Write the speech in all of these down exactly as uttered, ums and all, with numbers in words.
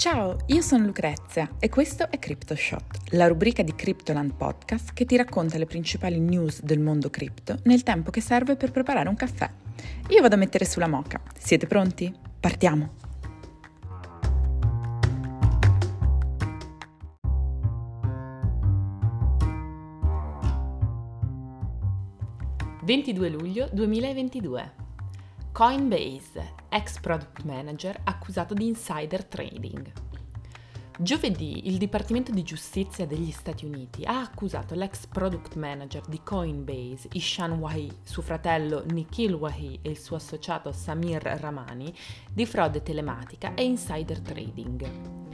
Ciao, io sono Lucrezia e questo è CryptoShot, la rubrica di Cryptoland Podcast che ti racconta le principali news del mondo cripto nel tempo che serve per preparare un caffè. Io vado a mettere sulla moka. Siete pronti? Partiamo! ventidue luglio duemilaventidue. Coinbase, ex product manager accusato di insider trading. Giovedì il Dipartimento di Giustizia degli Stati Uniti ha accusato l'ex product manager di Coinbase, Ishan Wahi, suo fratello Nikhil Wahi e il suo associato Samir Ramani di frode telematica e insider trading.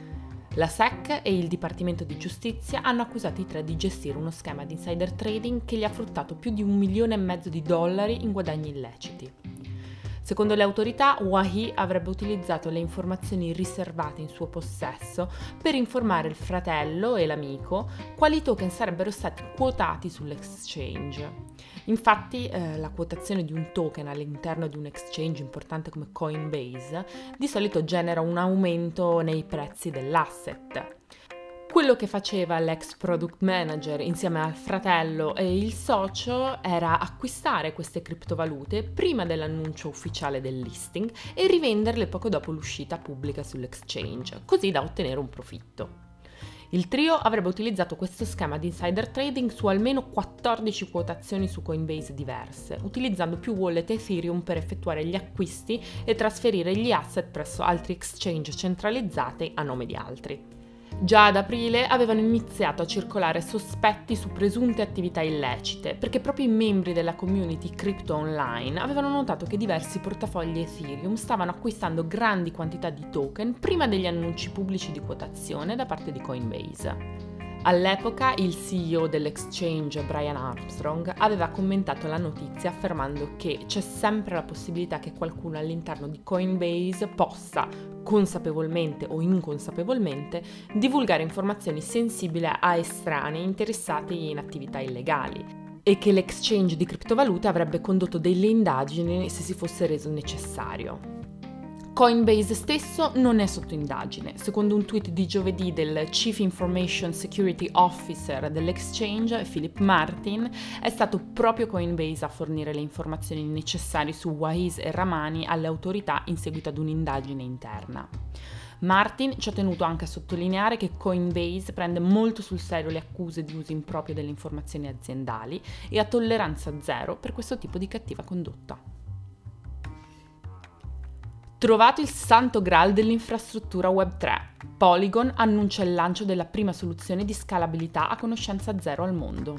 La S E C e il Dipartimento di Giustizia hanno accusato i tre di gestire uno schema di insider trading che gli ha fruttato più di un milione e mezzo di dollari in guadagni illeciti. Secondo le autorità, Wahi avrebbe utilizzato le informazioni riservate in suo possesso per informare il fratello e l'amico quali token sarebbero stati quotati sull'exchange. Infatti, eh, la quotazione di un token all'interno di un exchange importante come Coinbase di solito genera un aumento nei prezzi dell'asset. Quello che faceva l'ex product manager insieme al fratello e il socio era acquistare queste criptovalute prima dell'annuncio ufficiale del listing e rivenderle poco dopo l'uscita pubblica sull'exchange, così da ottenere un profitto. Il trio avrebbe utilizzato questo schema di insider trading su almeno quattordici quotazioni su Coinbase diverse, utilizzando più wallet Ethereum per effettuare gli acquisti e trasferire gli asset presso altri exchange centralizzati a nome di altri. Già ad aprile avevano iniziato a circolare sospetti su presunte attività illecite, perché proprio i membri della community crypto online avevano notato che diversi portafogli Ethereum stavano acquistando grandi quantità di token prima degli annunci pubblici di quotazione da parte di Coinbase. All'epoca il C E O dell'exchange Brian Armstrong aveva commentato la notizia affermando che c'è sempre la possibilità che qualcuno all'interno di Coinbase possa, consapevolmente o inconsapevolmente, divulgare informazioni sensibili a estranei interessati in attività illegali e che l'exchange di criptovalute avrebbe condotto delle indagini se si fosse reso necessario. Coinbase stesso non è sotto indagine. Secondo un tweet di giovedì del Chief Information Security Officer dell'exchange, Philip Martin, è stato proprio Coinbase a fornire le informazioni necessarie su Wahi e Ramani alle autorità in seguito ad un'indagine interna. Martin ci ha tenuto anche a sottolineare che Coinbase prende molto sul serio le accuse di uso improprio delle informazioni aziendali e ha tolleranza zero per questo tipo di cattiva condotta. Trovato il santo graal dell'infrastruttura web tre, Polygon annuncia il lancio della prima soluzione di scalabilità a conoscenza zero al mondo.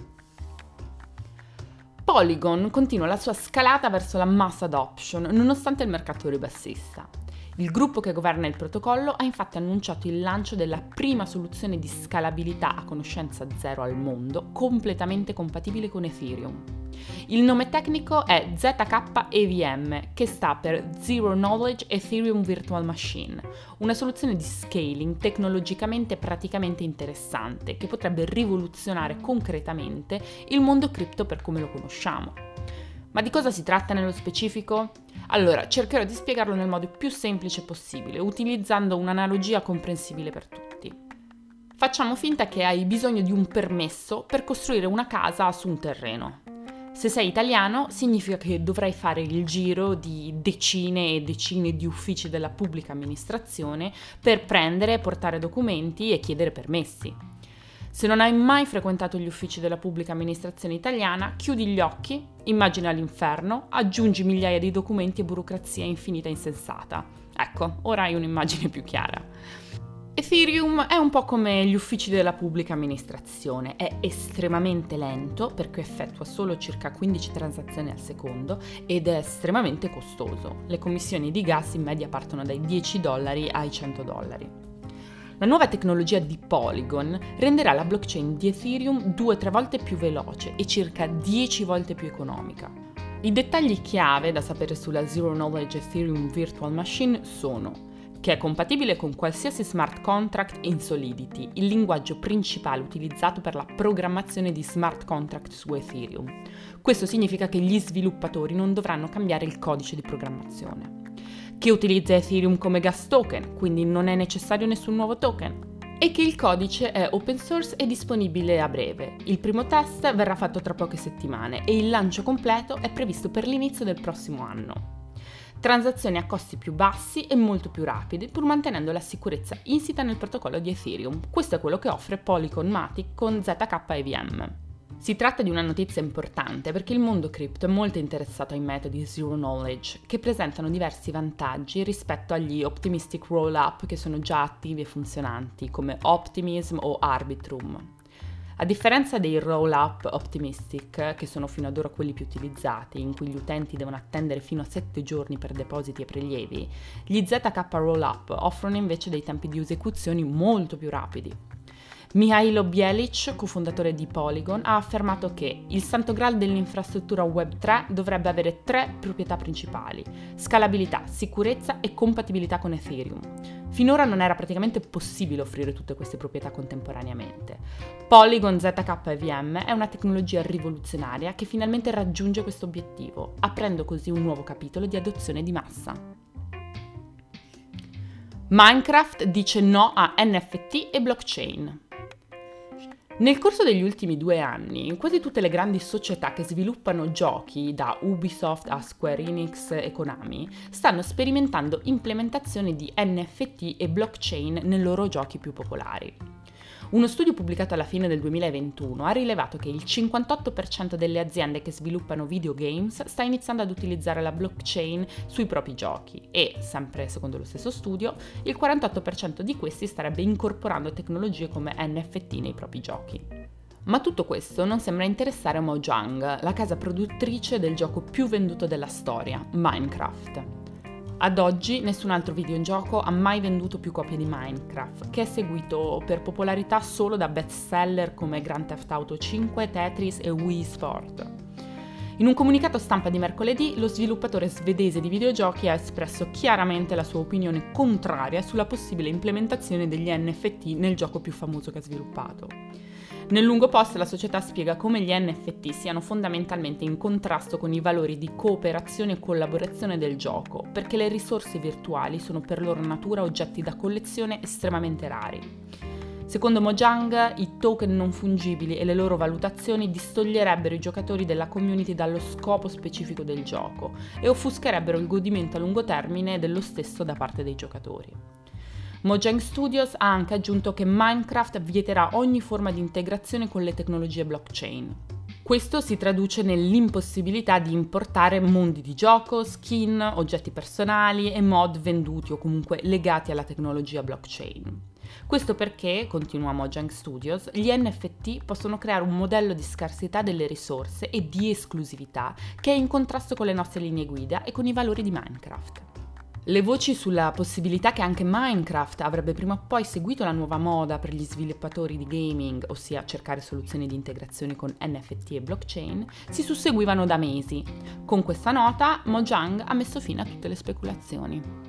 Polygon continua la sua scalata verso la mass adoption nonostante il mercato ribassista. Il gruppo che governa il protocollo ha infatti annunciato il lancio della prima soluzione di scalabilità a conoscenza zero al mondo completamente compatibile con Ethereum. Il nome tecnico è Z K E V M, che sta per Zero Knowledge Ethereum Virtual Machine, una soluzione di scaling tecnologicamente praticamente interessante che potrebbe rivoluzionare concretamente il mondo cripto per come lo conosciamo. Ma di cosa si tratta nello specifico? Allora, cercherò di spiegarlo nel modo più semplice possibile, utilizzando un'analogia comprensibile per tutti. Facciamo finta che hai bisogno di un permesso per costruire una casa su un terreno. Se sei italiano, significa che dovrai fare il giro di decine e decine di uffici della pubblica amministrazione per prendere e portare documenti e chiedere permessi. Se non hai mai frequentato gli uffici della pubblica amministrazione italiana, chiudi gli occhi, immagina l'inferno, aggiungi migliaia di documenti e burocrazia infinita e insensata. Ecco, ora hai un'immagine più chiara. Ethereum è un po' come gli uffici della pubblica amministrazione, è estremamente lento perché effettua solo circa quindici transazioni al secondo ed è estremamente costoso. Le commissioni di gas in media partono dai dieci dollari ai cento dollari. La nuova tecnologia di Polygon renderà la blockchain di Ethereum due o tre volte più veloce e circa dieci volte più economica. I dettagli chiave da sapere sulla Zero Knowledge Ethereum Virtual Machine sono che è compatibile con qualsiasi smart contract in Solidity, il linguaggio principale utilizzato per la programmazione di smart contract su Ethereum. Questo significa che gli sviluppatori non dovranno cambiare il codice di programmazione. che utilizza Ethereum come gas token, quindi non è necessario nessun nuovo token, e che il codice è open source e disponibile a breve. Il primo test verrà fatto tra poche settimane e il lancio completo è previsto per l'inizio del prossimo anno. Transazioni a costi più bassi e molto più rapide, pur mantenendo la sicurezza insita nel protocollo di Ethereum. Questo è quello che offre Polygon Matic con Z K E V M. Si tratta di una notizia importante perché il mondo cripto è molto interessato ai metodi Zero Knowledge, che presentano diversi vantaggi rispetto agli Optimistic Rollup che sono già attivi e funzionanti, come Optimism o Arbitrum. A differenza dei Rollup Optimistic, che sono fino ad ora quelli più utilizzati, in cui gli utenti devono attendere fino a sette giorni per depositi e prelievi, gli Z K Rollup offrono invece dei tempi di esecuzioni molto più rapidi. Mihailo Bielic, cofondatore di Polygon, ha affermato che il santo graal dell'infrastruttura web tre dovrebbe avere tre proprietà principali: scalabilità, sicurezza e compatibilità con Ethereum. Finora non era praticamente possibile offrire tutte queste proprietà contemporaneamente. Polygon Z K E V M è una tecnologia rivoluzionaria che finalmente raggiunge questo obiettivo, aprendo così un nuovo capitolo di adozione di massa. Minecraft dice no a N F T e blockchain. Nel corso degli ultimi due anni, quasi tutte le grandi società che sviluppano giochi, da Ubisoft a Square Enix e Konami, stanno sperimentando implementazioni di N F T e blockchain nei loro giochi più popolari. Uno studio pubblicato alla fine del duemilaventuno ha rilevato che il cinquantotto per cento delle aziende che sviluppano videogames sta iniziando ad utilizzare la blockchain sui propri giochi e, sempre secondo lo stesso studio, il quarantotto per cento di questi starebbe incorporando tecnologie come N F T nei propri giochi. Ma tutto questo non sembra interessare Mojang, la casa produttrice del gioco più venduto della storia, Minecraft. Ad oggi nessun altro videogioco ha mai venduto più copie di Minecraft, che è seguito per popolarità solo da bestseller come Grand Theft Auto cinque, Tetris e Wii Sport. In un comunicato stampa di mercoledì, lo sviluppatore svedese di videogiochi ha espresso chiaramente la sua opinione contraria sulla possibile implementazione degli N F T nel gioco più famoso che ha sviluppato. Nel lungo post la società spiega come gli N F T siano fondamentalmente in contrasto con i valori di cooperazione e collaborazione del gioco, perché le risorse virtuali sono per loro natura oggetti da collezione estremamente rari. Secondo Mojang, i token non fungibili e le loro valutazioni distoglierebbero i giocatori della community dallo scopo specifico del gioco e offuscherebbero il godimento a lungo termine dello stesso da parte dei giocatori. Mojang Studios ha anche aggiunto che Minecraft vieterà ogni forma di integrazione con le tecnologie blockchain. Questo si traduce nell'impossibilità di importare mondi di gioco, skin, oggetti personali e mod venduti o comunque legati alla tecnologia blockchain. Questo perché, continua Mojang Studios, gli N F T possono creare un modello di scarsità delle risorse e di esclusività che è in contrasto con le nostre linee guida e con i valori di Minecraft. Le voci sulla possibilità che anche Minecraft avrebbe prima o poi seguito la nuova moda per gli sviluppatori di gaming, ossia cercare soluzioni di integrazione con N F T e blockchain, si susseguivano da mesi. Con questa nota, Mojang ha messo fine a tutte le speculazioni.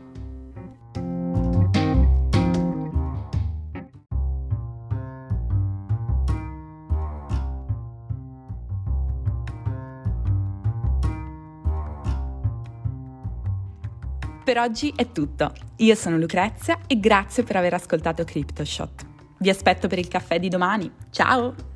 Per oggi è tutto. Io sono Lucrezia e grazie per aver ascoltato CryptoShot. Vi aspetto per il caffè di domani. Ciao!